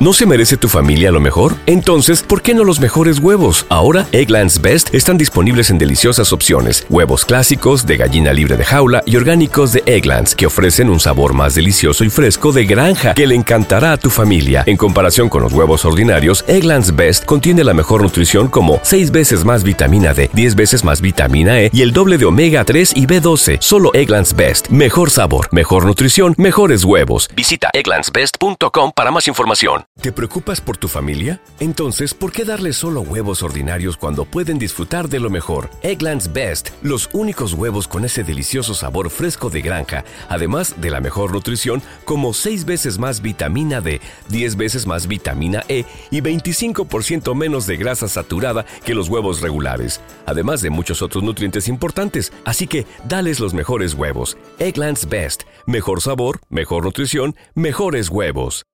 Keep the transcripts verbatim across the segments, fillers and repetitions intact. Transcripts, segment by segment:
¿No se merece tu familia lo mejor? Entonces, ¿por qué no los mejores huevos? Ahora, Eggland's Best están disponibles en deliciosas opciones. Huevos clásicos, de gallina libre de jaula y orgánicos de Eggland's, que ofrecen un sabor más delicioso y fresco de granja que le encantará a tu familia. En comparación con los huevos ordinarios, Eggland's Best contiene la mejor nutrición como seis veces más vitamina D, diez veces más vitamina E y el doble de omega tres y B doce. Solo Eggland's Best. Mejor sabor, mejor nutrición, mejores huevos. Visita egglands best punto com para más información. ¿Te preocupas por tu familia? Entonces, ¿por qué darles solo huevos ordinarios cuando pueden disfrutar de lo mejor? Eggland's Best, los únicos huevos con ese delicioso sabor fresco de granja, además de la mejor nutrición como seis veces más vitamina D, diez veces más vitamina E y veinticinco por ciento menos de grasa saturada que los huevos regulares, además de muchos otros nutrientes importantes. Así que, dales los mejores huevos. Eggland's Best, mejor sabor, mejor nutrición, mejores huevos.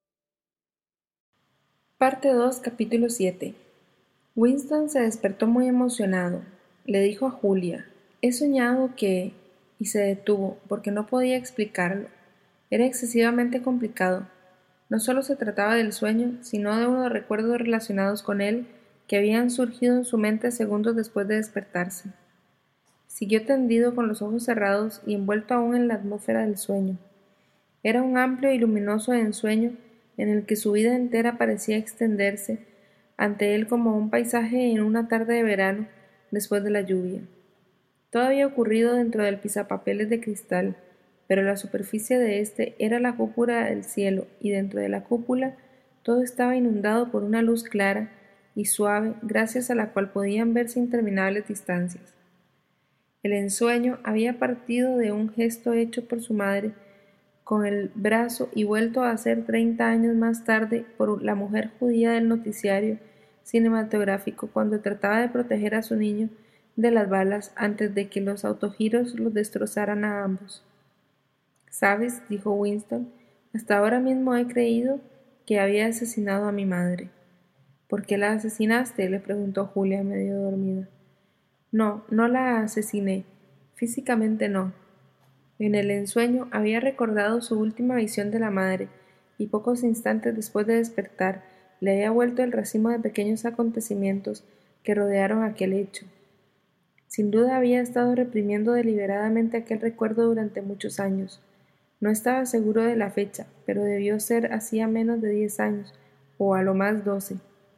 Parte dos, capítulo siete. Winston se despertó muy emocionado. Le dijo a Julia: «He soñado que...» y se detuvo, porque no podía explicarlo. Era excesivamente complicado. No solo se trataba del sueño, sino de unos recuerdos relacionados con él que habían surgido en su mente segundos después de despertarse. Siguió tendido con los ojos cerrados y envuelto aún en la atmósfera del sueño. Era un amplio y luminoso ensueño en el que su vida entera parecía extenderse ante él como un paisaje en una tarde de verano después de la lluvia. Todo había ocurrido dentro del pisapapeles de cristal, pero la superficie de éste era la cúpula del cielo, y dentro de la cúpula todo estaba inundado por una luz clara y suave, gracias a la cual podían verse interminables distancias. El ensueño había partido de un gesto hecho por su madre con el brazo y vuelto a hacer treinta años más tarde por la mujer judía del noticiario cinematográfico cuando trataba de proteger a su niño de las balas antes de que los autogiros los destrozaran a ambos. «¿Sabes?», dijo Winston, «hasta ahora mismo he creído que había asesinado a mi madre». «¿Por qué la asesinaste?», le preguntó Julia medio dormida. «No, no la asesiné. Físicamente no». En el ensueño había recordado su última visión de la madre, y pocos instantes después de despertar le había vuelto el racimo de pequeños acontecimientos que rodearon aquel hecho. Sin duda había estado reprimiendo deliberadamente aquel recuerdo durante muchos años. No estaba seguro de la fecha, pero debió ser hacía menos de diez años, o a lo más doce.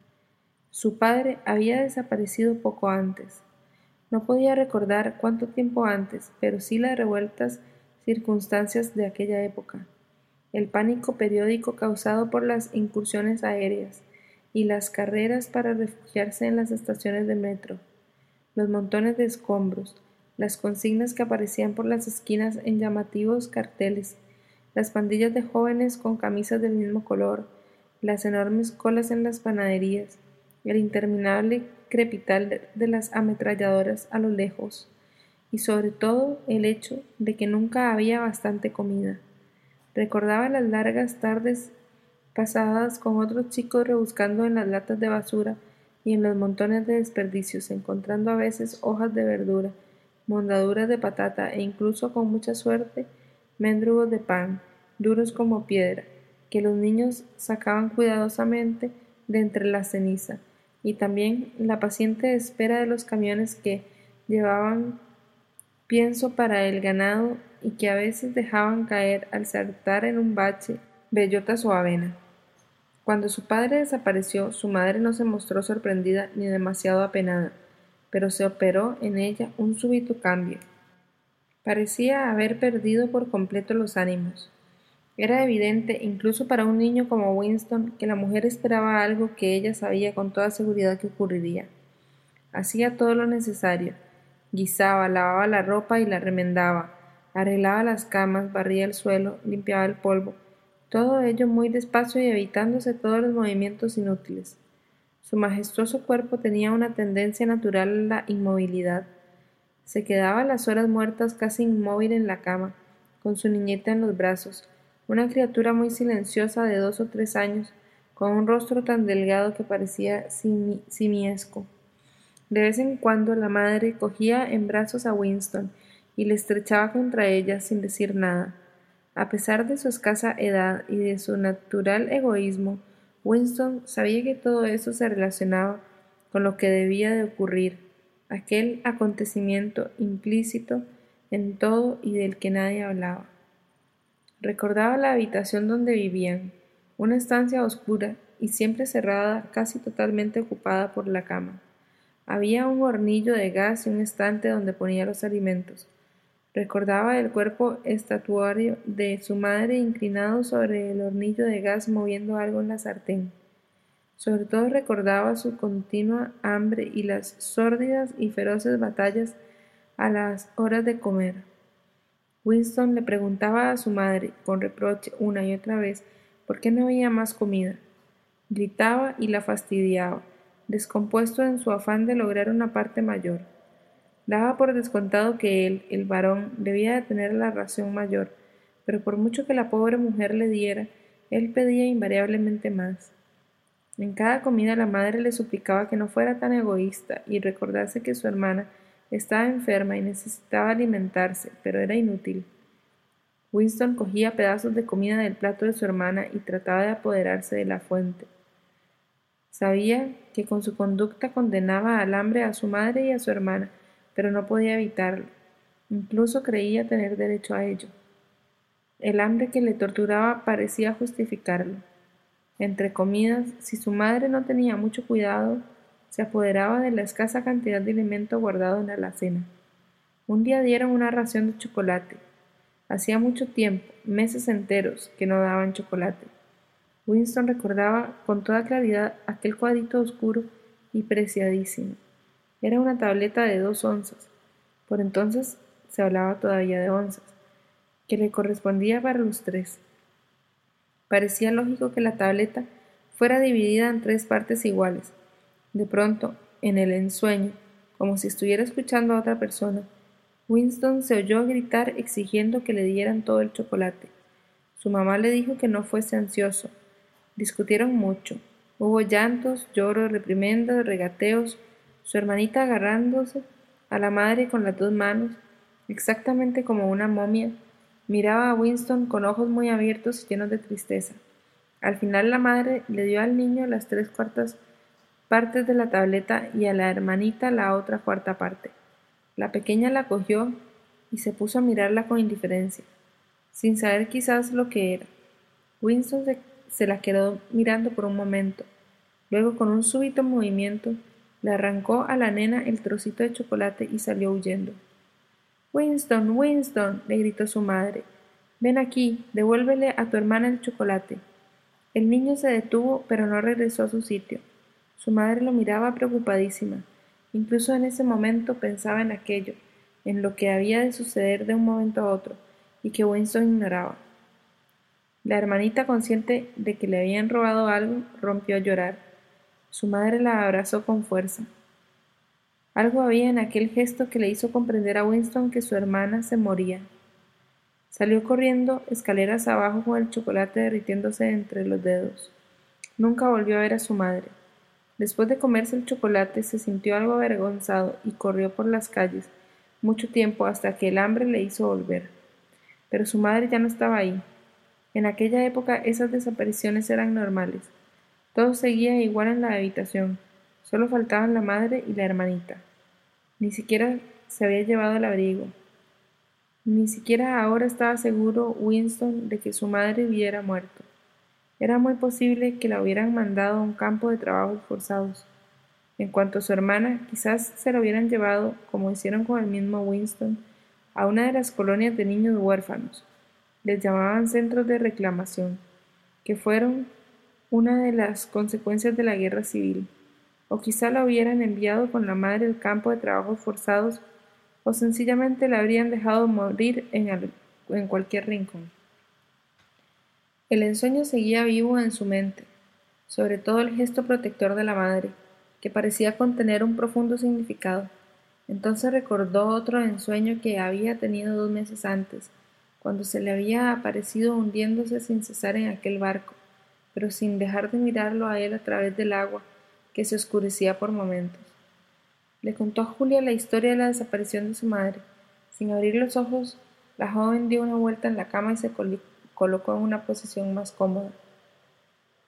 Su padre había desaparecido poco antes. No podía recordar cuánto tiempo antes, pero sí las revueltas circunstancias de aquella época, el pánico periódico causado por las incursiones aéreas y las carreras para refugiarse en las estaciones de metro, los montones de escombros, las consignas que aparecían por las esquinas en llamativos carteles, las pandillas de jóvenes con camisas del mismo color, las enormes colas en las panaderías, el interminable crepitar de las ametralladoras a lo lejos, y sobre todo el hecho de que nunca había bastante comida. Recordaba las largas tardes pasadas con otros chicos rebuscando en las latas de basura y en los montones de desperdicios, encontrando a veces hojas de verdura, mondaduras de patata e incluso, con mucha suerte, mendrugos de pan, duros como piedra, que los niños sacaban cuidadosamente de entre la ceniza, y también la paciente espera de los camiones que llevaban pienso para el ganado y que a veces dejaban caer al saltar en un bache bellotas o avena. Cuando su padre desapareció, su madre no se mostró sorprendida ni demasiado apenada, pero se operó en ella un súbito cambio. Parecía haber perdido por completo los ánimos. Era evidente, incluso para un niño como Winston, que la mujer esperaba algo que ella sabía con toda seguridad que ocurriría. Hacía todo lo necesario. Guisaba, lavaba la ropa y la remendaba, arreglaba las camas, barría el suelo, limpiaba el polvo, todo ello muy despacio y evitándose todos los movimientos inútiles. Su majestuoso cuerpo tenía una tendencia natural a la inmovilidad. Se quedaba las horas muertas casi inmóvil en la cama, con su niñeta en los brazos, una criatura muy silenciosa de dos o tres años, con un rostro tan delgado que parecía simi- simiesco. De vez en cuando la madre cogía en brazos a Winston y le estrechaba contra ella sin decir nada. A pesar de su escasa edad y de su natural egoísmo, Winston sabía que todo eso se relacionaba con lo que debía de ocurrir, aquel acontecimiento implícito en todo y del que nadie hablaba. Recordaba la habitación donde vivían, una estancia oscura y siempre cerrada, casi totalmente ocupada por la cama. Había un hornillo de gas y un estante donde ponía los alimentos. Recordaba el cuerpo estatuario de su madre inclinado sobre el hornillo de gas moviendo algo en la sartén. Sobre todo recordaba su continua hambre y las sórdidas y feroces batallas a las horas de comer. Winston le preguntaba a su madre, con reproche una y otra vez, por qué no había más comida. Gritaba y la fastidiaba, descompuesto en su afán de lograr una parte mayor. Daba por descontado que él, el varón, debía de tener la ración mayor, pero por mucho que la pobre mujer le diera, él pedía invariablemente más. En cada comida la madre le suplicaba que no fuera tan egoísta y recordase que su hermana estaba enferma y necesitaba alimentarse, pero era inútil. Winston cogía pedazos de comida del plato de su hermana y trataba de apoderarse de la fuente. Sabía que con su conducta condenaba al hambre a su madre y a su hermana, pero no podía evitarlo. Incluso creía tener derecho a ello. El hambre que le torturaba parecía justificarlo. Entre comidas, si su madre no tenía mucho cuidado, se apoderaba de la escasa cantidad de alimento guardado en la alacena. Un día dieron una ración de chocolate. Hacía mucho tiempo, meses enteros, que no daban chocolate. Winston recordaba con toda claridad aquel cuadrito oscuro y preciadísimo. Era una tableta de dos onzas, por entonces se hablaba todavía de onzas, que le correspondía para los tres. Parecía lógico que la tableta fuera dividida en tres partes iguales. De pronto, en el ensueño, como si estuviera escuchando a otra persona, Winston se oyó gritar exigiendo que le dieran todo el chocolate. Su mamá le dijo que no fuese ansioso. Discutieron mucho. Hubo llantos, lloros, reprimendas, regateos, su hermanita agarrándose a la madre con las dos manos, exactamente como una momia, miraba a Winston con ojos muy abiertos y llenos de tristeza. Al final la madre le dio al niño las tres cuartas partes de la tableta y a la hermanita la otra cuarta parte. La pequeña la cogió y se puso a mirarla con indiferencia, sin saber quizás lo que era. Winston se, se la quedó mirando por un momento. Luego, con un súbito movimiento, le arrancó a la nena el trocito de chocolate y salió huyendo. Winston, Winston, le gritó su madre. Ven aquí, devuélvele a tu hermana el chocolate. El niño se detuvo, pero no regresó a su sitio. Su madre lo miraba preocupadísima. Incluso en ese momento pensaba en aquello, en lo que había de suceder de un momento a otro, y que Winston ignoraba. La hermanita, consciente de que le habían robado algo, rompió a llorar. Su madre la abrazó con fuerza. Algo había en aquel gesto que le hizo comprender a Winston que su hermana se moría. Salió corriendo escaleras abajo con el chocolate derritiéndose entre los dedos. Nunca volvió a ver a su madre. Después de comerse el chocolate se sintió algo avergonzado y corrió por las calles mucho tiempo hasta que el hambre le hizo volver. Pero su madre ya no estaba ahí. En aquella época esas desapariciones eran normales. Todo seguía igual en la habitación. Solo faltaban la madre y la hermanita. Ni siquiera se había llevado el abrigo. Ni siquiera ahora estaba seguro Winston de que su madre hubiera muerto. Era muy posible que la hubieran mandado a un campo de trabajos forzados. En cuanto a su hermana, quizás se la hubieran llevado, como hicieron con el mismo Winston, a una de las colonias de niños huérfanos. Les llamaban centros de reclamación, que fueron una de las consecuencias de la guerra civil. O quizá la hubieran enviado con la madre al campo de trabajos forzados, o sencillamente la habrían dejado morir en, el, en cualquier rincón. El ensueño seguía vivo en su mente, sobre todo el gesto protector de la madre, que parecía contener un profundo significado. Entonces recordó otro ensueño que había tenido dos meses antes, cuando se le había aparecido hundiéndose sin cesar en aquel barco, pero sin dejar de mirarlo a él a través del agua, que se oscurecía por momentos. Le contó a Julia la historia de la desaparición de su madre. Sin abrir los ojos, la joven dio una vuelta en la cama y se colocó en una posición más cómoda.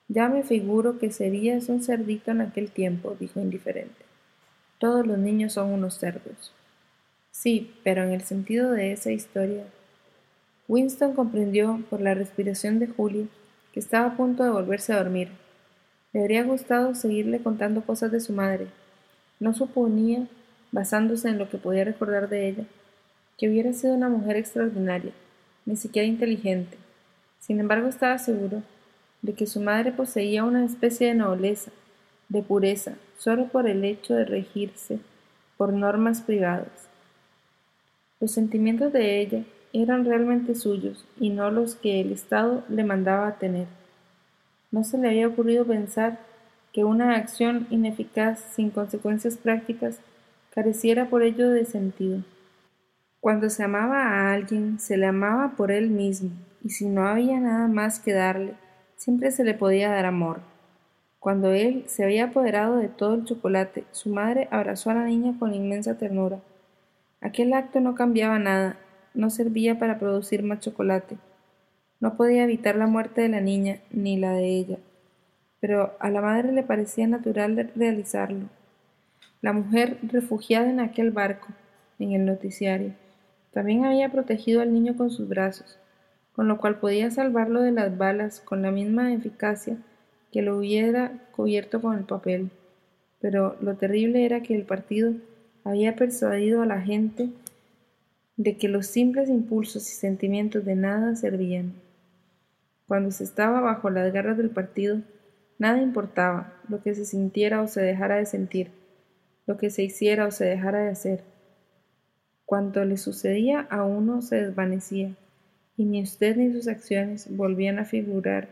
Ya me figuro que serías un cerdito en aquel tiempo, dijo indiferente. Todos los niños son unos cerdos. Sí, pero en el sentido de esa historia. Winston comprendió por la respiración de Julia que estaba a punto de volverse a dormir. Le habría gustado seguirle contando cosas de su madre. No suponía, basándose en lo que podía recordar de ella, que hubiera sido una mujer extraordinaria, ni siquiera inteligente. Sin embargo, estaba seguro de que su madre poseía una especie de nobleza, de pureza, solo por el hecho de regirse por normas privadas. Los sentimientos de ella eran realmente suyos y no los que el Estado le mandaba a tener. No se le había ocurrido pensar que una acción ineficaz, sin consecuencias prácticas, careciera por ello de sentido. Cuando se amaba a alguien, se le amaba por él mismo, y si no había nada más que darle, siempre se le podía dar amor. Cuando él se había apoderado de todo el chocolate, su madre abrazó a la niña con inmensa ternura. Aquel acto no cambiaba nada, no servía para producir más chocolate. No podía evitar la muerte de la niña, ni la de ella, pero a la madre le parecía natural realizarlo. La mujer refugiada en aquel barco, en el noticiario, también había protegido al niño con sus brazos, con lo cual podía salvarlo de las balas con la misma eficacia que lo hubiera cubierto con el papel. Pero lo terrible era que el partido había persuadido a la gente de que los simples impulsos y sentimientos de nada servían. Cuando se estaba bajo las garras del partido, nada importaba lo que se sintiera o se dejara de sentir, lo que se hiciera o se dejara de hacer. Cuanto le sucedía a uno se desvanecía, y ni usted ni sus acciones volvían a figurar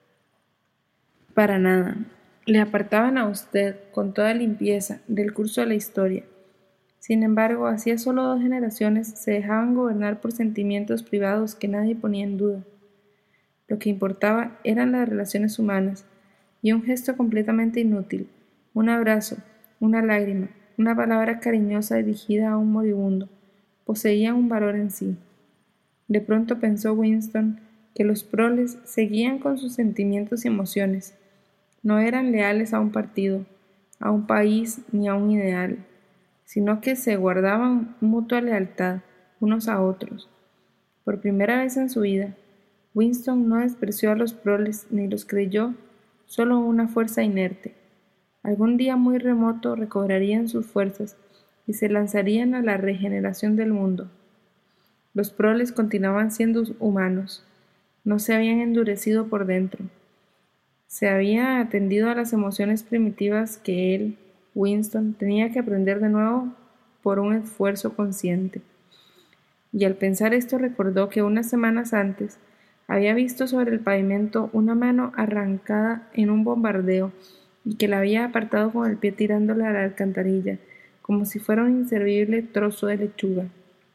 para nada. Le apartaban a usted con toda limpieza del curso de la historia. Sin embargo, hacía solo dos generaciones se dejaban gobernar por sentimientos privados que nadie ponía en duda. Lo que importaba eran las relaciones humanas, y un gesto completamente inútil, un abrazo, una lágrima, una palabra cariñosa dirigida a un moribundo, poseían un valor en sí. De pronto pensó Winston que los proles seguían con sus sentimientos y emociones. No eran leales a un partido, a un país ni a un ideal, sino que se guardaban mutua lealtad unos a otros. Por primera vez en su vida, Winston no despreció a los proles ni los creyó solo una fuerza inerte. Algún día muy remoto recobrarían sus fuerzas y se lanzarían a la regeneración del mundo. Los proles continuaban siendo humanos, no se habían endurecido por dentro. Se había atendido a las emociones primitivas que él, Winston, tenía que aprender de nuevo por un esfuerzo consciente. Y al pensar esto recordó que unas semanas antes había visto sobre el pavimento una mano arrancada en un bombardeo y que la había apartado con el pie tirándola a la alcantarilla, como si fuera un inservible trozo de lechuga.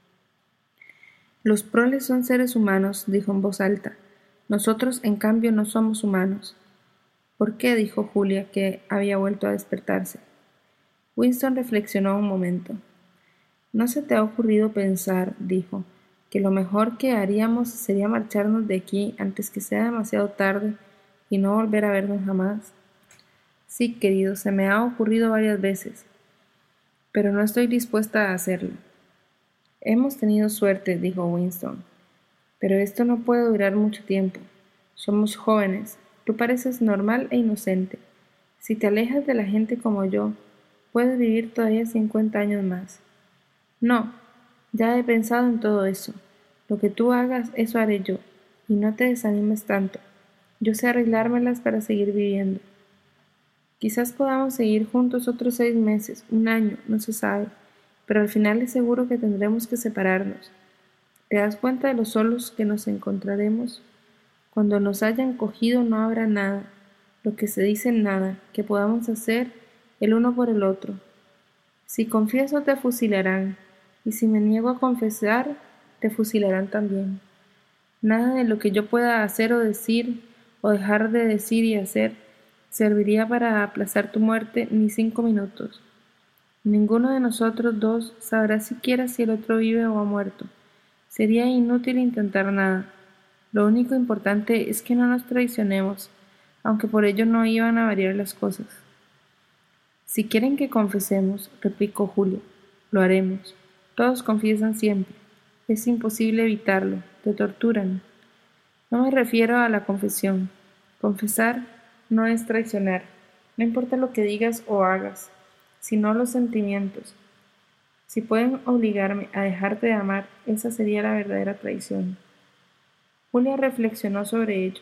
Los proles son seres humanos, dijo en voz alta. Nosotros, en cambio, no somos humanos. ¿Por qué? Dijo Julia, que había vuelto a despertarse. Winston reflexionó un momento. ¿No se te ha ocurrido pensar, dijo, que lo mejor que haríamos sería marcharnos de aquí antes que sea demasiado tarde y no volver a vernos jamás? Sí, querido, se me ha ocurrido varias veces, pero no estoy dispuesta a hacerlo. Hemos tenido suerte, dijo Winston, pero esto no puede durar mucho tiempo. Somos jóvenes. Tú pareces normal e inocente. Si te alejas de la gente como yo, puedes vivir todavía cincuenta años más. No, ya he pensado en todo eso. Lo que tú hagas, eso haré yo. Y no te desanimes tanto. Yo sé arreglármelas para seguir viviendo. Quizás podamos seguir juntos otros seis meses, un año, no se sabe, pero al final es seguro que tendremos que separarnos. ¿Te das cuenta de lo solos que nos encontraremos? Cuando nos hayan cogido no habrá nada, lo que se dice nada, que podamos hacer el uno por el otro. Si confieso te fusilarán, y si me niego a confesar, te fusilarán también. Nada de lo que yo pueda hacer o decir, o dejar de decir y hacer, serviría para aplazar tu muerte ni cinco minutos. Ninguno de nosotros dos sabrá siquiera si el otro vive o ha muerto. Sería inútil intentar nada. Lo único importante es que no nos traicionemos, aunque por ello no iban a variar las cosas. Si quieren que confesemos, replicó Julia, lo haremos. Todos confiesan siempre. Es imposible evitarlo. Te torturan. No me refiero a la confesión. Confesar no es traicionar. No importa lo que digas o hagas, sino los sentimientos. Si pueden obligarme a dejarte de amar, esa sería la verdadera traición. Julia reflexionó sobre ello.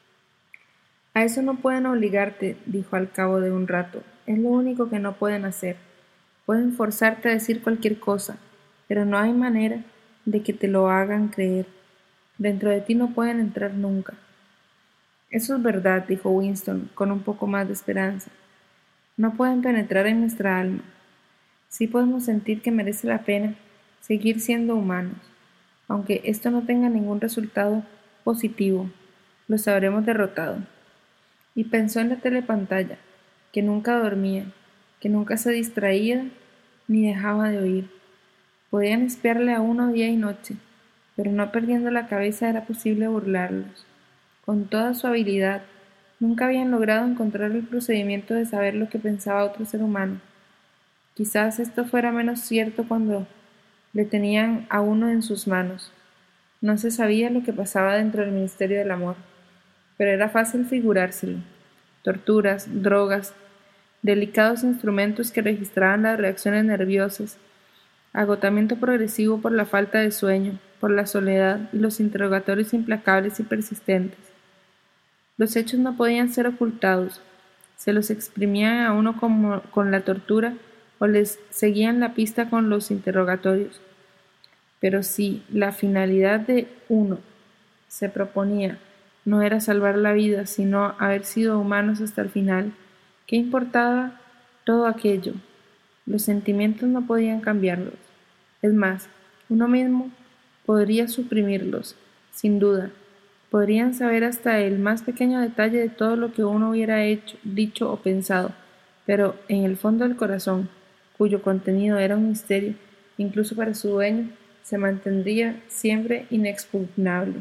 A eso no pueden obligarte, dijo al cabo de un rato. Es lo único que no pueden hacer. Pueden forzarte a decir cualquier cosa, pero no hay manera de que te lo hagan creer. Dentro de ti no pueden entrar nunca. Eso es verdad, dijo Winston, con un poco más de esperanza. No pueden penetrar en nuestra alma. Sí podemos sentir que merece la pena seguir siendo humanos. Aunque esto no tenga ningún resultado positivo, los habremos derrotado. Y pensó en la telepantalla, que nunca dormía, que nunca se distraía ni dejaba de oír. Podían espiarle a uno día y noche, pero no perdiendo la cabeza era posible burlarlos. Con toda su habilidad, nunca habían logrado encontrar el procedimiento de saber lo que pensaba otro ser humano. Quizás esto fuera menos cierto cuando le tenían a uno en sus manos. No se sabía lo que pasaba dentro del Ministerio del Amor, pero era fácil figurárselo. Torturas, drogas, delicados instrumentos que registraban las reacciones nerviosas, agotamiento progresivo por la falta de sueño, por la soledad y los interrogatorios implacables y persistentes. Los hechos no podían ser ocultados, se los exprimían a uno como con la tortura o les seguían la pista con los interrogatorios. Pero si la finalidad de uno se proponía no era salvar la vida, sino haber sido humanos hasta el final, ¿qué importaba todo aquello? Los sentimientos no podían cambiarlos. Es más, uno mismo podría suprimirlos, sin duda. Podrían saber hasta el más pequeño detalle de todo lo que uno hubiera hecho, dicho o pensado, pero en el fondo del corazón, cuyo contenido era un misterio, incluso para su dueño, se mantendría siempre inexpugnable.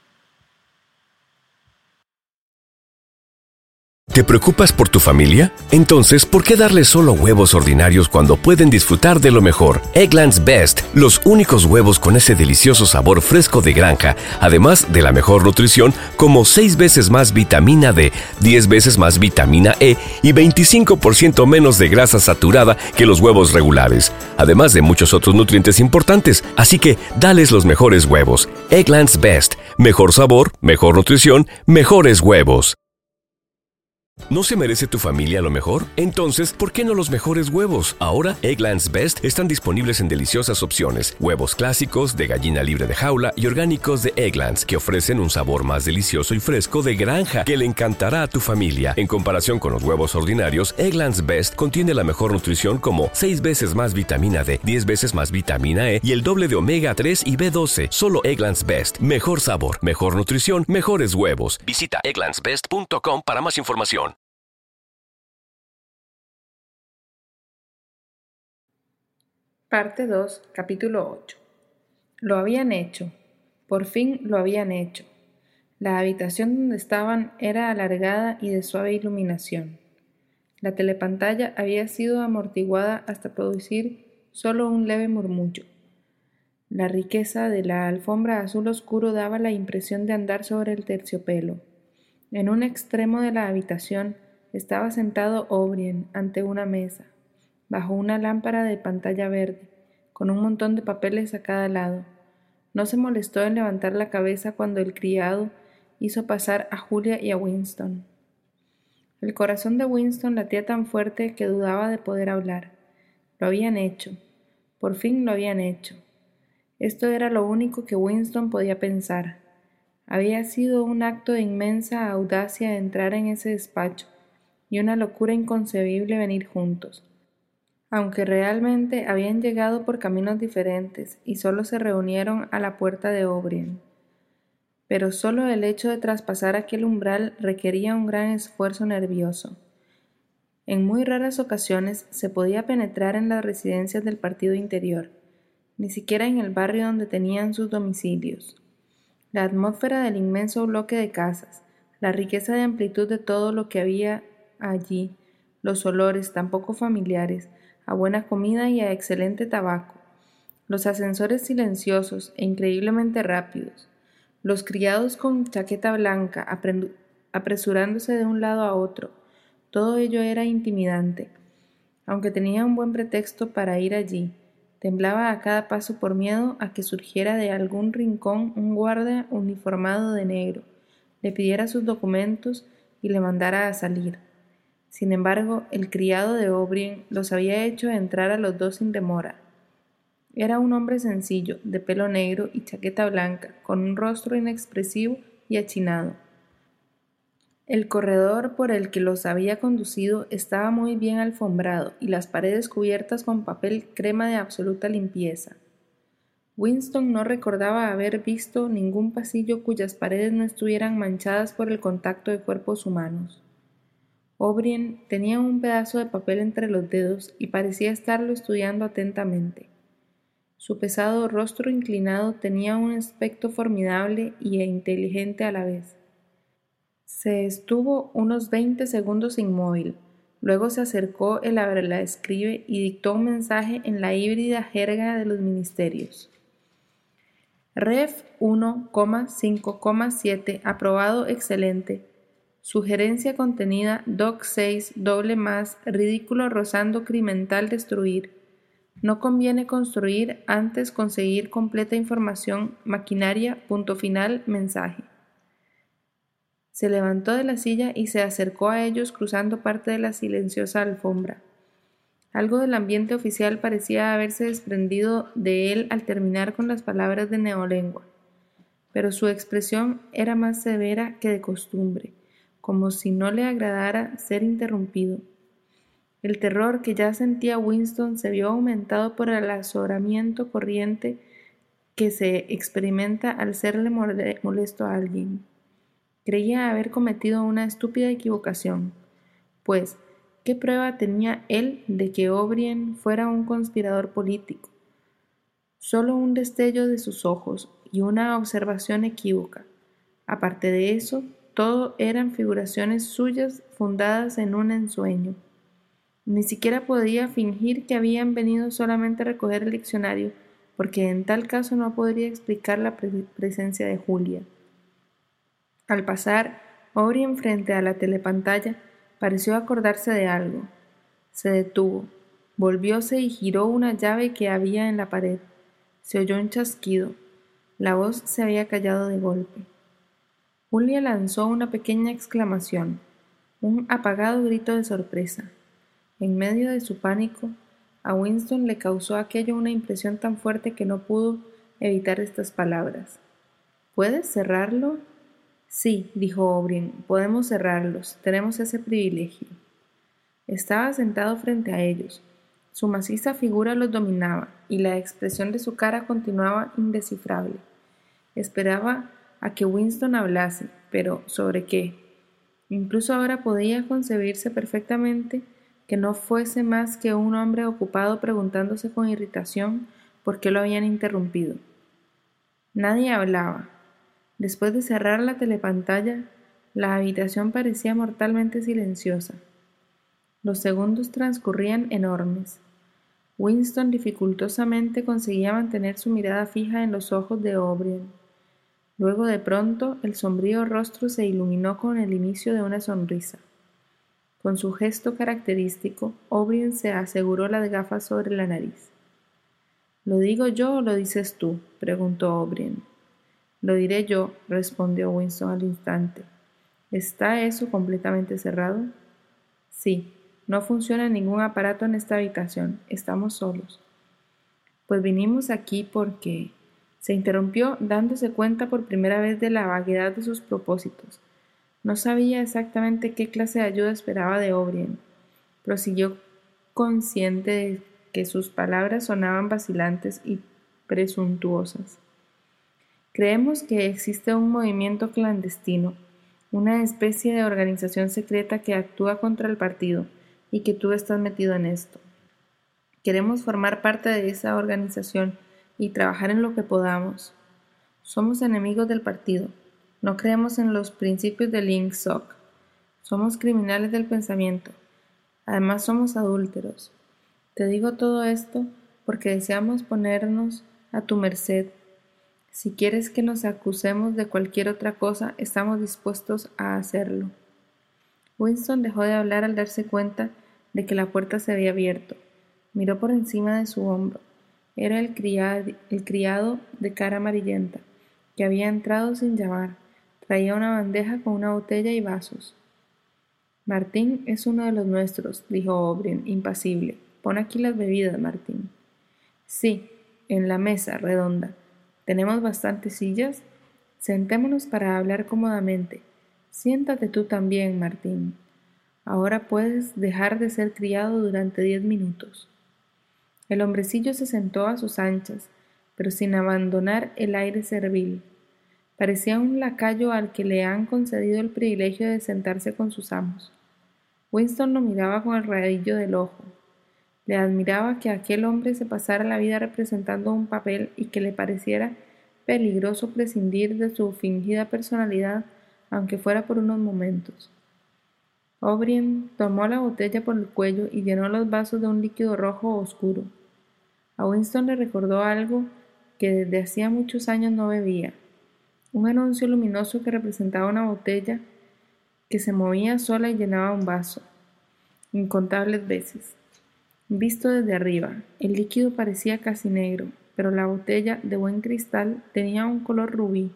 ¿Te preocupas por tu familia? Entonces, ¿por qué darles solo huevos ordinarios cuando pueden disfrutar de lo mejor? Eggland's Best, los únicos huevos con ese delicioso sabor fresco de granja, además de la mejor nutrición, como seis veces más vitamina D, diez veces más vitamina E y veinticinco por ciento menos de grasa saturada que los huevos regulares, además de muchos otros nutrientes importantes. Así que, dales los mejores huevos. Eggland's Best, mejor sabor, mejor nutrición, mejores huevos. ¿No se merece tu familia lo mejor? Entonces, ¿por qué no los mejores huevos? Ahora, Eggland's Best están disponibles en deliciosas opciones. Huevos clásicos, de gallina libre de jaula y orgánicos de Eggland's, que ofrecen un sabor más delicioso y fresco de granja que le encantará a tu familia. En comparación con los huevos ordinarios, Eggland's Best contiene la mejor nutrición como seis veces más vitamina D, diez veces más vitamina E y el doble de omega tres y B doce. Solo Eggland's Best. Mejor sabor, mejor nutrición, mejores huevos. Visita egglands best punto com para más información. Parte dos, capítulo ocho. Lo habían hecho. Por fin lo habían hecho. La habitación donde estaban era alargada y de suave iluminación. La telepantalla había sido amortiguada hasta producir solo un leve murmullo. La riqueza de la alfombra azul oscuro daba la impresión de andar sobre el terciopelo. En un extremo de la habitación estaba sentado O'Brien ante una mesa, bajo una lámpara de pantalla verde, con un montón de papeles a cada lado. No se molestó en levantar la cabeza cuando el criado hizo pasar a Julia y a Winston. El corazón de Winston latía tan fuerte que dudaba de poder hablar. Lo habían hecho. Por fin lo habían hecho. Esto era lo único que Winston podía pensar. Había sido un acto de inmensa audacia entrar en ese despacho y una locura inconcebible venir juntos. Aunque realmente habían llegado por caminos diferentes y solo se reunieron a la puerta de O'Brien. Pero solo el hecho de traspasar aquel umbral requería un gran esfuerzo nervioso. En muy raras ocasiones se podía penetrar en las residencias del partido interior, ni siquiera en el barrio donde tenían sus domicilios. La atmósfera del inmenso bloque de casas, la riqueza de amplitud de todo lo que había allí, los olores tan poco familiares, a buena comida y a excelente tabaco, los ascensores silenciosos e increíblemente rápidos, los criados con chaqueta blanca apresurándose de un lado a otro, todo ello era intimidante. Aunque tenía un buen pretexto para ir allí, temblaba a cada paso por miedo a que surgiera de algún rincón un guardia uniformado de negro, le pidiera sus documentos y le mandara a salir. Sin embargo, el criado de O'Brien los había hecho entrar a los dos sin demora. Era un hombre sencillo, de pelo negro y chaqueta blanca, con un rostro inexpresivo y achinado. El corredor por el que los había conducido estaba muy bien alfombrado y las paredes cubiertas con papel crema de absoluta limpieza. Winston no recordaba haber visto ningún pasillo cuyas paredes no estuvieran manchadas por el contacto de cuerpos humanos. O'Brien tenía un pedazo de papel entre los dedos y parecía estarlo estudiando atentamente. Su pesado rostro inclinado tenía un aspecto formidable e inteligente a la vez. Se estuvo unos veinte segundos inmóvil, luego se acercó el abrelaescribe y dictó un mensaje en la híbrida jerga de los ministerios. Ref uno, cinco, siete, aprobado excelente. Sugerencia contenida Doc seis, doble más, ridículo rozando criminal destruir. No conviene construir antes conseguir completa información, maquinaria, punto final, mensaje. Se levantó de la silla y se acercó a ellos cruzando parte de la silenciosa alfombra. Algo del ambiente oficial parecía haberse desprendido de él al terminar con las palabras de neolengua, pero su expresión era más severa que de costumbre, como si no le agradara ser interrumpido. El terror que ya sentía Winston se vio aumentado por el azoramiento corriente que se experimenta al serle molesto a alguien. Creía haber cometido una estúpida equivocación, pues, ¿qué prueba tenía él de que O'Brien fuera un conspirador político? Solo un destello de sus ojos y una observación equívoca. Aparte de eso, todo eran figuraciones suyas fundadas en un ensueño. Ni siquiera podía fingir que habían venido solamente a recoger el diccionario, porque en tal caso no podría explicar la pre- presencia de Julia. Al pasar, O'Brien frente a la telepantalla, pareció acordarse de algo. Se detuvo, volvióse y giró una llave que había en la pared. Se oyó un chasquido. La voz se había callado de golpe. Julia lanzó una pequeña exclamación, un apagado grito de sorpresa. En medio de su pánico, a Winston le causó aquello una impresión tan fuerte que no pudo evitar estas palabras. ¿Puedes cerrarlo? Sí, dijo O'Brien, podemos cerrarlos, tenemos ese privilegio. Estaba sentado frente a ellos. Su maciza figura los dominaba y la expresión de su cara continuaba indescifrable. Esperaba a que Winston hablase, pero ¿sobre qué? Incluso ahora podía concebirse perfectamente que no fuese más que un hombre ocupado preguntándose con irritación por qué lo habían interrumpido. Nadie hablaba. Después de cerrar la telepantalla, la habitación parecía mortalmente silenciosa. Los segundos transcurrían enormes. Winston dificultosamente conseguía mantener su mirada fija en los ojos de O'Brien. Luego de pronto el sombrío rostro se iluminó con el inicio de una sonrisa. Con su gesto característico, O'Brien se aseguró las gafas sobre la nariz. ¿Lo digo yo o lo dices tú?, preguntó O'Brien. Lo diré yo, respondió Winston al instante. ¿Está eso completamente cerrado? Sí, no funciona ningún aparato en esta habitación, estamos solos. Pues vinimos aquí porque... Se interrumpió dándose cuenta por primera vez de la vaguedad de sus propósitos. No sabía exactamente qué clase de ayuda esperaba de O'Brien. Prosiguió consciente de que sus palabras sonaban vacilantes y presuntuosas. Creemos que existe un movimiento clandestino, una especie de organización secreta que actúa contra el partido y que tú estás metido en esto. Queremos formar parte de esa organización y trabajar en lo que podamos. Somos enemigos del partido. No creemos en los principios del Yin Sok. Somos criminales del pensamiento. Además somos adúlteros. Te digo todo esto porque deseamos ponernos a tu merced. Si quieres que nos acusemos de cualquier otra cosa, estamos dispuestos a hacerlo. Winston dejó de hablar al darse cuenta de que la puerta se había abierto. Miró por encima de su hombro. Era el criado, el criado de cara amarillenta, que había entrado sin llamar. Traía una bandeja con una botella y vasos. Martín es uno de los nuestros, dijo O'Brien, impasible. Pon aquí las bebidas, Martín. Sí, en la mesa redonda. ¿Tenemos bastantes sillas? Sentémonos para hablar cómodamente. Siéntate tú también, Martín. Ahora puedes dejar de ser criado durante diez minutos. El hombrecillo se sentó a sus anchas, pero sin abandonar el aire servil. Parecía un lacayo al que le han concedido el privilegio de sentarse con sus amos. Winston lo miraba con el rabillo del ojo. Le admiraba que aquel hombre se pasara la vida representando un papel y que le pareciera peligroso prescindir de su fingida personalidad, aunque fuera por unos momentos. O'Brien tomó la botella por el cuello y llenó los vasos de un líquido rojo oscuro. A Winston le recordó algo que desde hacía muchos años no bebía. Un anuncio luminoso que representaba una botella que se movía sola y llenaba un vaso, incontables veces. Visto desde arriba, el líquido parecía casi negro, pero la botella, de buen cristal, tenía un color rubí.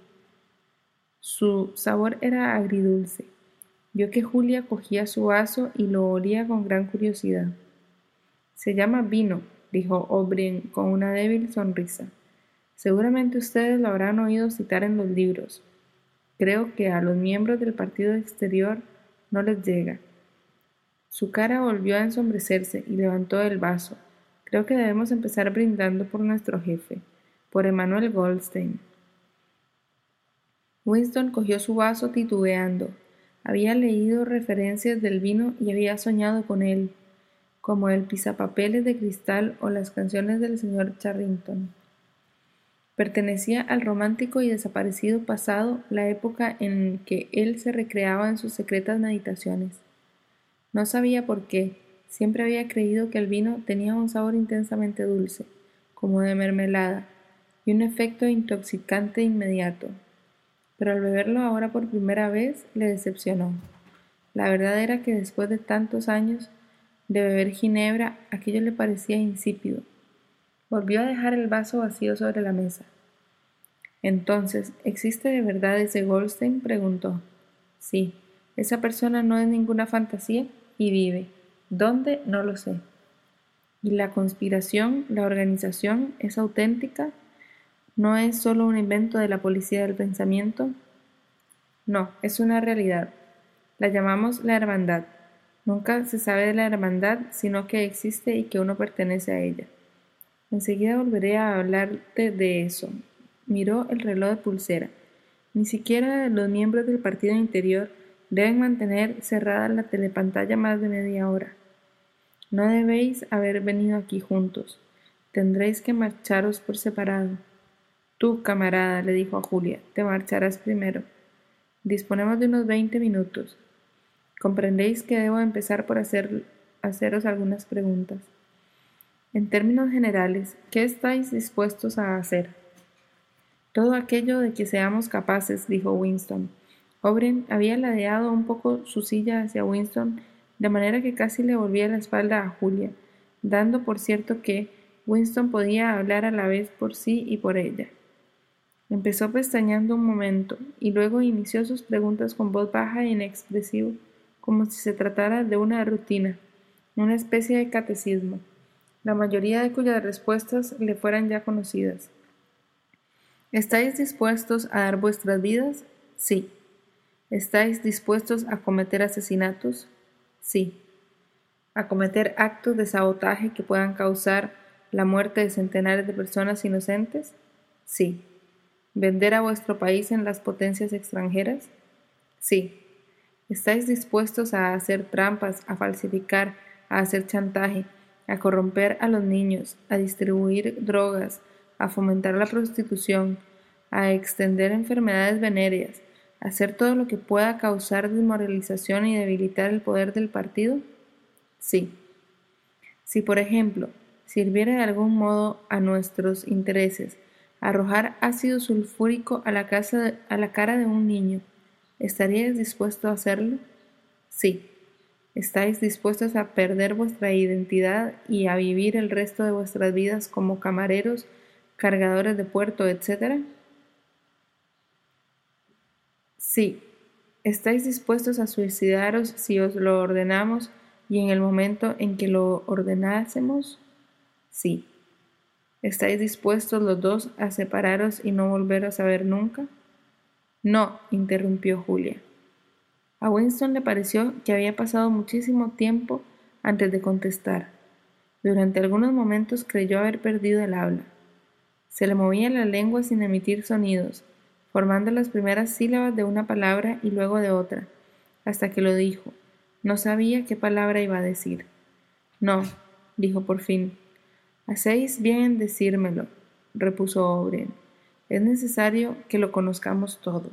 Su sabor era agridulce. Vio que Julia cogía su vaso y lo olía con gran curiosidad. Se llama vino, dijo O'Brien con una débil sonrisa. Seguramente ustedes lo habrán oído citar en los libros. Creo que a los miembros del partido exterior no les llega. Su cara volvió a ensombrecerse y levantó el vaso. Creo que debemos empezar brindando por nuestro jefe, por Emanuel Goldstein. Winston cogió su vaso titubeando. Había leído referencias del vino y había soñado con él, como el pisapapeles de cristal o las canciones del señor Charrington. Pertenecía al romántico y desaparecido pasado, la época en que él se recreaba en sus secretas meditaciones. No sabía por qué, siempre había creído que el vino tenía un sabor intensamente dulce, como de mermelada, y un efecto intoxicante inmediato. Pero al beberlo ahora por primera vez le decepcionó. La verdad era que después de tantos años de beber ginebra, aquello le parecía insípido. Volvió a dejar el vaso vacío sobre la mesa. Entonces, ¿existe de verdad ese Goldstein?, preguntó. Sí, esa persona no es ninguna fantasía y vive. ¿Dónde? No lo sé. ¿Y la conspiración, la organización, es auténtica? ¿No es solo un invento de la policía del pensamiento? No, es una realidad. La llamamos la hermandad. Nunca se sabe de la hermandad, sino que existe y que uno pertenece a ella. Enseguida volveré a hablarte de eso. Miró el reloj de pulsera. Ni siquiera los miembros del partido interior deben mantener cerrada la telepantalla más de media hora. No debéis haber venido aquí juntos. Tendréis que marcharos por separado. Tú, camarada, le dijo a Julia, te marcharás primero. Disponemos de unos veinte minutos. Comprendéis que debo empezar por hacer, haceros algunas preguntas. En términos generales, ¿qué estáis dispuestos a hacer? Todo aquello de que seamos capaces, dijo Winston. O'Brien había ladeado un poco su silla hacia Winston, de manera que casi le volvía la espalda a Julia, dando por cierto que Winston podía hablar a la vez por sí y por ella. Empezó pestañeando un momento, y luego inició sus preguntas con voz baja e inexpresiva, como si se tratara de una rutina, una especie de catecismo, la mayoría de cuyas respuestas le fueran ya conocidas. ¿Estáis dispuestos a dar vuestras vidas? Sí. ¿Estáis dispuestos a cometer asesinatos? Sí. ¿A cometer actos de sabotaje que puedan causar la muerte de centenares de personas inocentes? Sí. ¿Vender a vuestro país en las potencias extranjeras? Sí. ¿Estáis dispuestos a hacer trampas, a falsificar, a hacer chantaje, a corromper a los niños, a distribuir drogas, a fomentar la prostitución, a extender enfermedades venéreas, ¿Hacer todo lo que pueda causar desmoralización y debilitar el poder del partido? Sí. Si, por ejemplo, sirviera de algún modo a nuestros intereses arrojar ácido sulfúrico a la, casa de, a la cara de un niño, ¿estaríais dispuesto a hacerlo? Sí. ¿Estáis dispuestos a perder vuestra identidad y a vivir el resto de vuestras vidas como camareros, cargadores de puerto, etcétera? Sí. ¿Estáis dispuestos a suicidaros si os lo ordenamos y en el momento en que lo ordenásemos? Sí. ¿Estáis dispuestos los dos a separaros y no volveros a ver nunca? No, interrumpió Julia. A Winston le pareció que había pasado muchísimo tiempo antes de contestar. Durante algunos momentos creyó haber perdido el habla. Se le movía la lengua sin emitir sonidos, formando las primeras sílabas de una palabra y luego de otra, hasta que lo dijo. No sabía qué palabra iba a decir. No, dijo por fin. Hacéis bien en decírmelo, repuso O'Brien. Es necesario que lo conozcamos todo.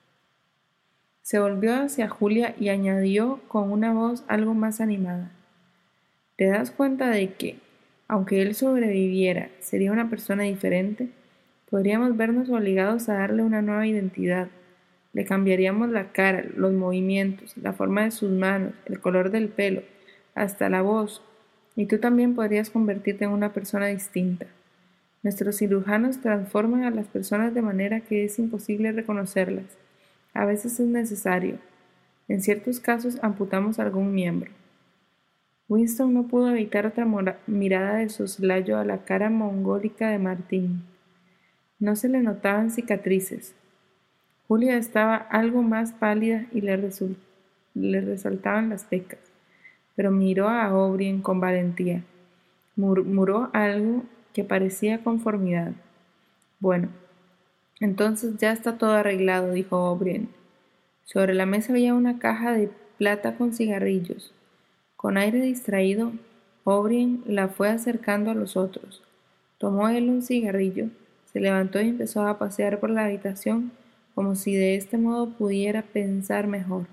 Se volvió hacia Julia y añadió con una voz algo más animada. ¿Te das cuenta de que, aunque él sobreviviera, sería una persona diferente? Podríamos vernos obligados a darle una nueva identidad. Le cambiaríamos la cara, los movimientos, la forma de sus manos, el color del pelo, hasta la voz. Y tú también podrías convertirte en una persona distinta. Nuestros cirujanos transforman a las personas de manera que es imposible reconocerlas. A veces es necesario. En ciertos casos amputamos algún miembro. Winston no pudo evitar otra mirada de soslayo a la cara mongólica de Martín. No se le notaban cicatrices. Julia estaba algo más pálida y le, le resaltaban las pecas, pero miró a O'Brien con valentía. Murmuró algo que parecía conformidad. Bueno, entonces ya está todo arreglado, dijo O'Brien. Sobre la mesa había una caja de plata con cigarrillos. Con aire distraído, O'Brien la fue acercando a los otros. Tomó él un cigarrillo, se levantó y empezó a pasear por la habitación como si de este modo pudiera pensar mejor.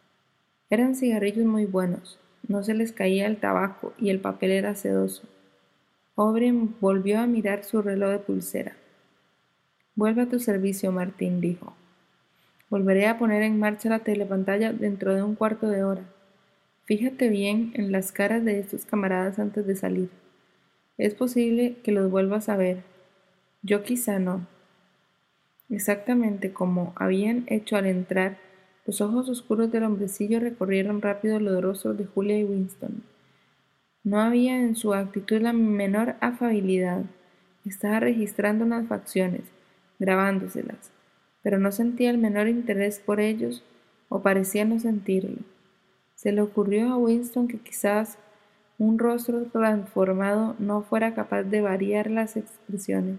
Eran cigarrillos muy buenos, no se les caía el tabaco y el papel era sedoso. O'Brien volvió a mirar su reloj de pulsera. Vuelve a tu servicio, Martín, dijo. Volveré a poner en marcha la telepantalla dentro de un cuarto de hora. Fíjate bien en las caras de estos camaradas antes de salir. Es posible que los vuelvas a ver. Yo quizá no. Exactamente como habían hecho al entrar, los ojos oscuros del hombrecillo recorrieron rápido los rostros de Julia y Winston. No había en su actitud la menor afabilidad. Estaba registrando unas facciones, grabándoselas, pero no sentía el menor interés por ellos, o parecía no sentirlo. Se le ocurrió a Winston que quizás un rostro transformado no fuera capaz de variar las expresiones.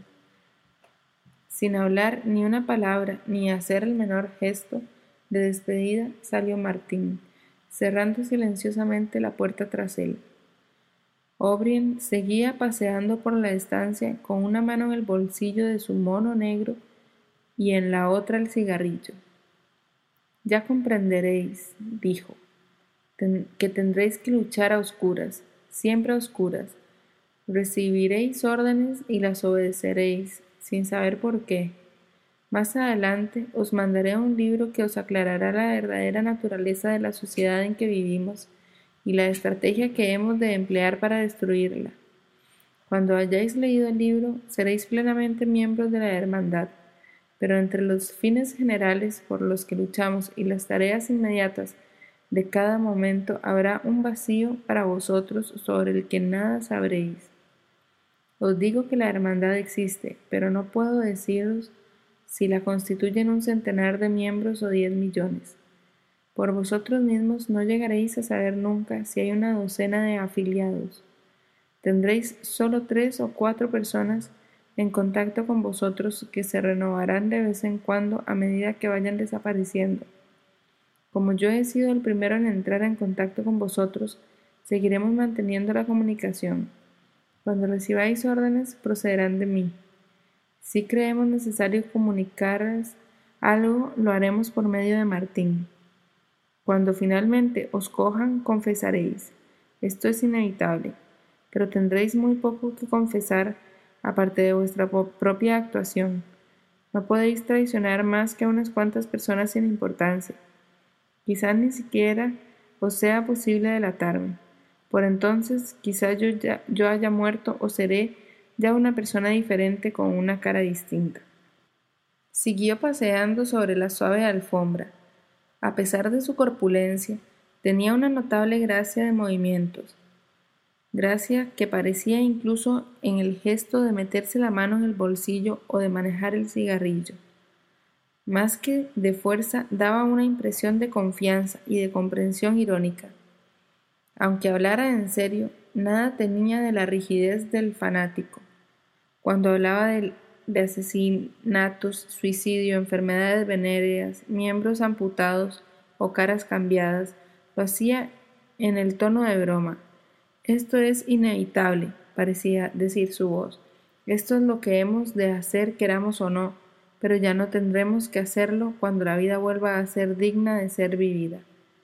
Sin hablar ni una palabra, ni hacer el menor gesto de despedida, salió Martín, cerrando silenciosamente la puerta tras él. O'Brien seguía paseando por la estancia con una mano en el bolsillo de su mono negro y en la otra el cigarrillo. Ya comprenderéis, dijo, ten- que tendréis que luchar a oscuras, siempre a oscuras. Recibiréis órdenes y las obedeceréis, sin saber por qué. Más adelante os mandaré un libro que os aclarará la verdadera naturaleza de la sociedad en que vivimos y la estrategia que hemos de emplear para destruirla. Cuando hayáis leído el libro, seréis plenamente miembros de la hermandad, pero entre los fines generales por los que luchamos y las tareas inmediatas de cada momento habrá un vacío para vosotros sobre el que nada sabréis. Os digo que la hermandad existe, pero no puedo deciros si la constituyen un centenar de miembros o diez millones. Por vosotros mismos no llegaréis a saber nunca si hay una docena de afiliados. Tendréis solo tres o cuatro personas en contacto con vosotros que se renovarán de vez en cuando a medida que vayan desapareciendo. Como yo he sido el primero en entrar en contacto con vosotros, seguiremos manteniendo la comunicación. Cuando recibáis órdenes, procederán de mí. Si creemos necesario comunicarlas Algo lo haremos por medio de Martín. Cuando finalmente os cojan, confesaréis. Esto es inevitable, pero tendréis muy poco que confesar aparte de vuestra propia actuación. No podéis traicionar más que a unas cuantas personas sin importancia. Quizás ni siquiera os sea posible delatarme. Por entonces, quizás yo, ya, yo haya muerto o seré ya una persona diferente con una cara distinta. Siguió paseando sobre la suave alfombra. A pesar de su corpulencia, tenía una notable gracia de movimientos, gracia que parecía incluso en el gesto de meterse la mano en el bolsillo o de manejar el cigarrillo. Más que de fuerza, daba una impresión de confianza y de comprensión irónica. Aunque hablara en serio, nada tenía de la rigidez del fanático. Cuando hablaba de, de asesinatos, suicidio, enfermedades venéreas, miembros amputados o caras cambiadas, lo hacía en el tono de broma. Esto es inevitable, parecía decir su voz. Esto es lo que hemos de hacer, queramos o no, pero ya no tendremos que hacerlo cuando la vida vuelva a ser digna de ser vivida.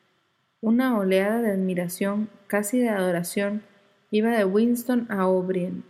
Una oleada de admiración, casi de adoración, iba de Winston a O'Brien.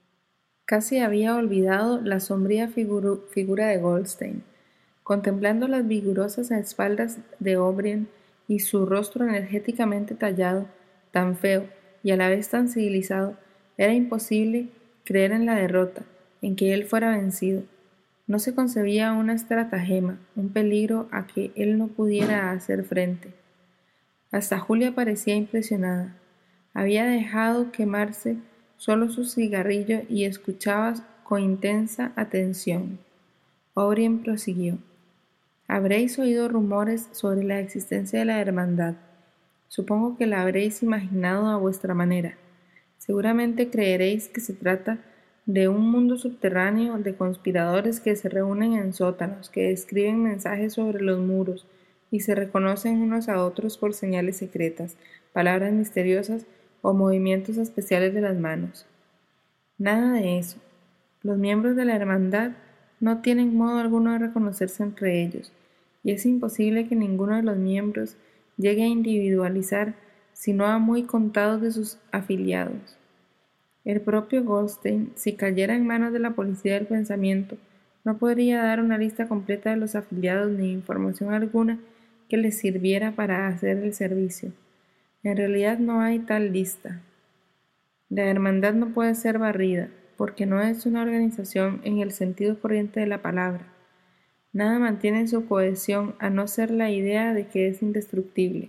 Casi había olvidado la sombría figura, figura de Goldstein. Contemplando las vigorosas espaldas de O'Brien y su rostro energéticamente tallado, tan feo y a la vez tan civilizado, era imposible creer en la derrota, en que él fuera vencido. No se concebía una estratagema, un peligro a que él no pudiera hacer frente. Hasta Julia parecía impresionada. Había dejado quemarse solo su cigarrillo y escuchaba con intensa atención. O'Brien prosiguió. Habréis oído rumores sobre la existencia de la hermandad. Supongo que la habréis imaginado a vuestra manera. Seguramente creeréis que se trata de un mundo subterráneo de conspiradores que se reúnen en sótanos, que escriben mensajes sobre los muros y se reconocen unos a otros por señales secretas, palabras misteriosas o movimientos especiales de las manos. Nada de eso. Los miembros de la hermandad no tienen modo alguno de reconocerse entre ellos, y es imposible que ninguno de los miembros llegue a individualizar sino a muy contados de sus afiliados. El propio Goldstein, si cayera en manos de la policía del pensamiento, no podría dar una lista completa de los afiliados ni información alguna que les sirviera para hacer el servicio. En realidad no hay tal lista. La hermandad no puede ser barrida, porque no es una organización en el sentido corriente de la palabra. Nada mantiene su cohesión a no ser la idea de que es indestructible.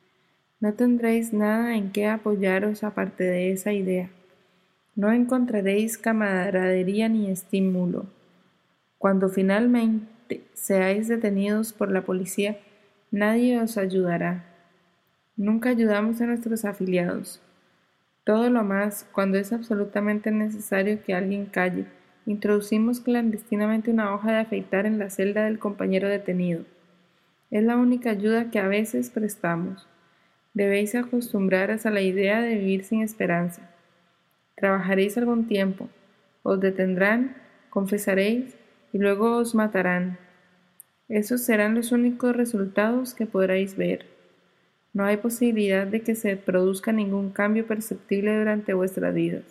No tendréis nada en qué apoyaros aparte de esa idea. No encontraréis camaradería ni estímulo. Cuando finalmente seáis detenidos por la policía, nadie os ayudará. Nunca ayudamos a nuestros afiliados. Todo lo más, cuando es absolutamente necesario que alguien calle, introducimos clandestinamente una hoja de afeitar en la celda del compañero detenido. Es la única ayuda que a veces prestamos. Debéis acostumbraros a la idea de vivir sin esperanza. Trabajaréis algún tiempo, os detendrán, confesaréis y luego os matarán. Esos serán los únicos resultados que podréis ver. No hay posibilidad de que se produzca ningún cambio perceptible durante vuestras vidas.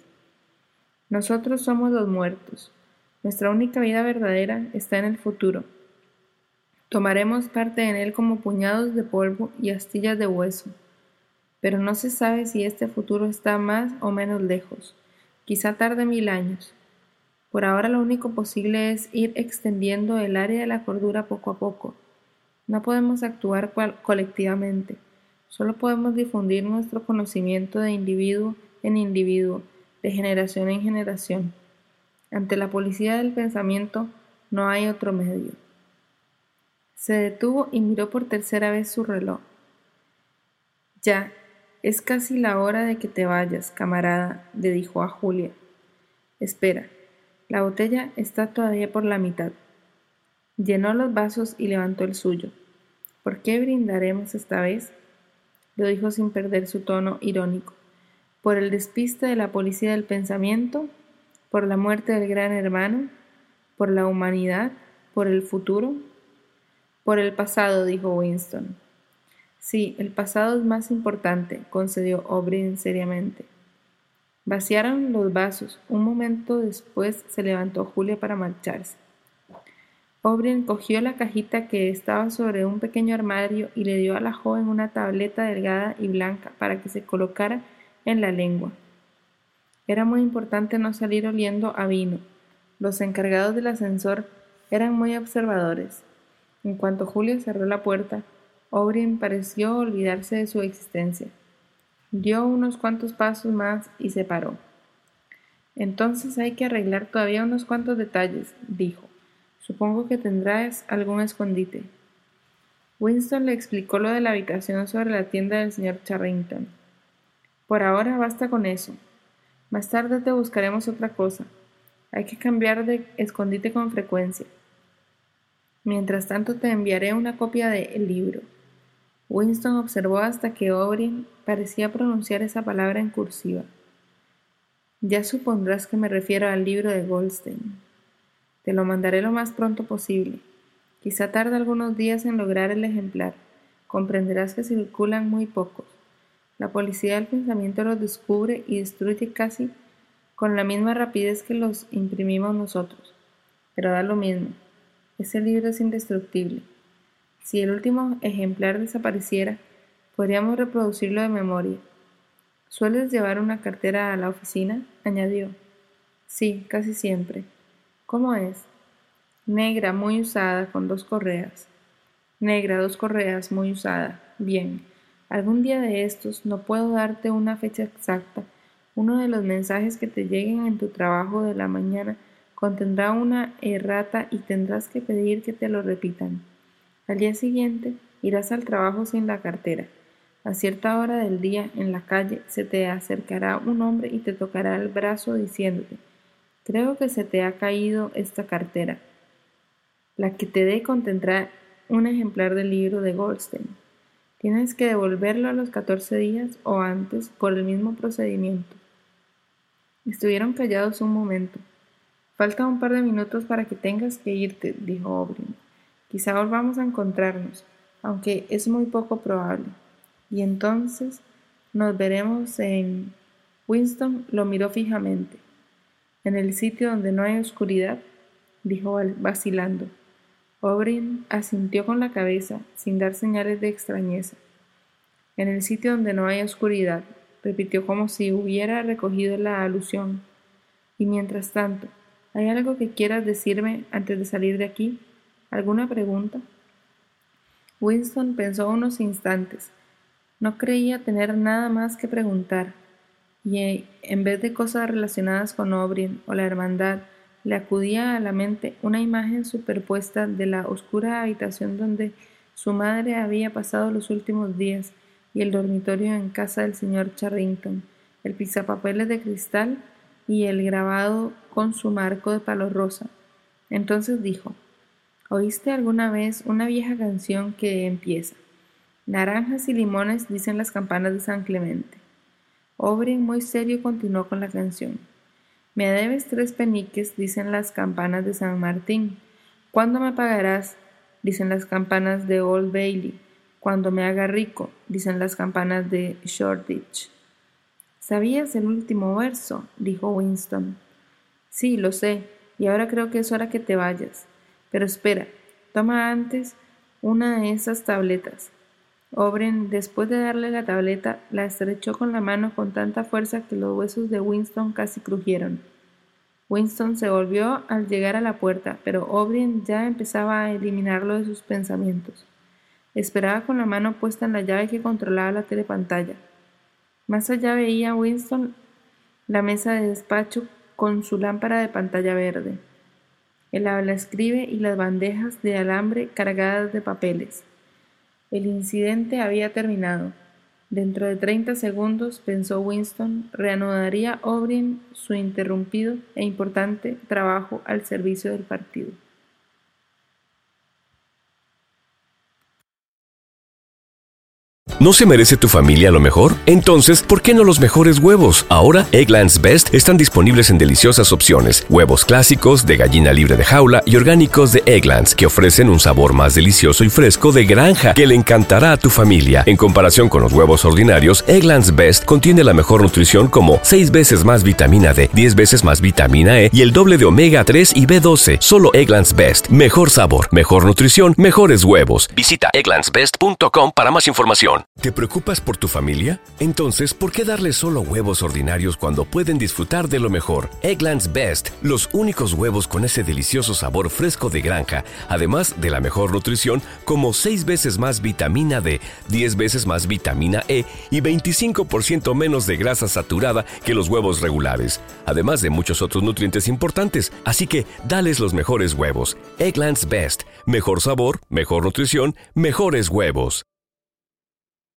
Nosotros somos los muertos. Nuestra única vida verdadera está en el futuro. Tomaremos parte en él como puñados de polvo y astillas de hueso. Pero no se sabe si este futuro está más o menos lejos. Quizá tarde mil años. Por ahora lo único posible es ir extendiendo el área de la cordura poco a poco. No podemos actuar colectivamente. Solo podemos difundir nuestro conocimiento de individuo en individuo, de generación en generación. Ante la policía del pensamiento no hay otro medio. Se detuvo y miró por tercera vez su reloj. Ya, es casi la hora de que te vayas, camarada, le dijo a Julia. Espera, la botella está todavía por la mitad. Llenó los vasos y levantó el suyo. ¿Por qué brindaremos esta vez? Lo dijo sin perder su tono irónico. ¿Por el despiste de la policía del pensamiento? ¿Por la muerte del gran hermano? ¿Por la humanidad? ¿Por el futuro? Por el pasado, dijo Winston. Sí, el pasado es más importante, concedió O'Brien seriamente. Vaciaron los vasos. Un momento después se levantó Julia para marcharse. O'Brien cogió la cajita que estaba sobre un pequeño armario y le dio a la joven una tableta delgada y blanca para que se colocara en la lengua. Era muy importante no salir oliendo a vino. Los encargados del ascensor eran muy observadores. En cuanto Julia cerró la puerta, O'Brien pareció olvidarse de su existencia. Dio unos cuantos pasos más y se paró. Entonces hay que arreglar todavía unos cuantos detalles, dijo. Supongo que tendrás algún escondite. Winston le explicó lo de la habitación sobre la tienda del señor Charrington. Por ahora basta con eso. Más tarde te buscaremos otra cosa. Hay que cambiar de escondite con frecuencia. Mientras tanto te enviaré una copia de el libro. Winston observó hasta que O'Brien parecía pronunciar esa palabra en cursiva. Ya supondrás que me refiero al libro de Goldstein. Te lo mandaré lo más pronto posible. Quizá tarde algunos días en lograr el ejemplar. Comprenderás que circulan muy pocos. La policía del pensamiento los descubre y destruye casi con la misma rapidez que los imprimimos nosotros. Pero da lo mismo. Ese libro es indestructible. Si el último ejemplar desapareciera, podríamos reproducirlo de memoria. ¿Sueles llevar una cartera a la oficina?, añadió. Sí, casi siempre. ¿Cómo es? Negra, muy usada, con dos correas. Negra, dos correas, muy usada. Bien. Algún día de estos, no puedo darte una fecha exacta. Uno de los mensajes que te lleguen en tu trabajo de la mañana contendrá una errata y tendrás que pedir que te lo repitan. Al día siguiente, irás al trabajo sin la cartera. A cierta hora del día, en la calle, se te acercará un hombre y te tocará el brazo diciéndote: creo que se te ha caído esta cartera. La que te dé contendrá un ejemplar del libro de Goldstein. Tienes que devolverlo a los catorce días o antes por el mismo procedimiento. Estuvieron callados un momento. Falta un par de minutos para que tengas que irte, dijo O'Brien. Quizá volvamos a encontrarnos, aunque es muy poco probable. Y entonces nos veremos en... Winston lo miró fijamente. ¿En el sitio donde no hay oscuridad?, dijo vacilando. O'Brien asintió con la cabeza, sin dar señales de extrañeza. En el sitio donde no hay oscuridad, repitió como si hubiera recogido la alusión. Y mientras tanto, ¿hay algo que quieras decirme antes de salir de aquí? ¿Alguna pregunta? Winston pensó unos instantes. No creía tener nada más que preguntar, y en vez de cosas relacionadas con O'Brien o la hermandad, le acudía a la mente una imagen superpuesta de la oscura habitación donde su madre había pasado los últimos días y el dormitorio en casa del señor Charrington, el pisapapeles de cristal y el grabado con su marco de palo rosa. Entonces dijo: ¿oíste alguna vez una vieja canción que empieza: naranjas y limones dicen las campanas de San Clemente? O'Brien, muy serio, continuó con la canción. Me debes tres peniques, dicen las campanas de San Martín. ¿Cuándo me pagarás?, dicen las campanas de Old Bailey. Cuando me haga rico, dicen las campanas de Shoreditch. ¿Sabías el último verso?, dijo Winston. Sí, lo sé, y ahora creo que es hora que te vayas. Pero espera, toma antes una de esas tabletas. O'Brien, después de darle la tableta, la estrechó con la mano con tanta fuerza que los huesos de Winston casi crujieron. Winston se volvió al llegar a la puerta, pero O'Brien ya empezaba a eliminarlo de sus pensamientos. Esperaba con la mano puesta en la llave que controlaba la telepantalla. Más allá veía Winston la mesa de despacho con su lámpara de pantalla verde, el hablaescribe y las bandejas de alambre cargadas de papeles. El incidente había terminado. Dentro de treinta segundos, pensó Winston, reanudaría O'Brien su interrumpido e importante trabajo al servicio del partido. ¿No se merece tu familia lo mejor? Entonces, ¿por qué no los mejores huevos? Ahora, Eggland's Best están disponibles en deliciosas opciones. Huevos clásicos, de gallina libre de jaula y orgánicos de Eggland's, que ofrecen un sabor más delicioso y fresco de granja que le encantará a tu familia. En comparación con los huevos ordinarios, Eggland's Best contiene la mejor nutrición como seis veces más vitamina D, diez veces más vitamina E y el doble de omega tres y B doce. Solo Eggland's Best. Mejor sabor, mejor nutrición, mejores huevos. Visita egglands best punto com para más información. ¿Te preocupas por tu familia? Entonces, ¿por qué darles solo huevos ordinarios cuando pueden disfrutar de lo mejor? Eggland's Best, los únicos huevos con ese delicioso sabor fresco de granja, además de la mejor nutrición como seis veces más vitamina D, diez veces más vitamina E y veinticinco por ciento menos de grasa saturada que los huevos regulares, además de muchos otros nutrientes importantes. Así que, dales los mejores huevos. Eggland's Best, mejor sabor, mejor nutrición, mejores huevos.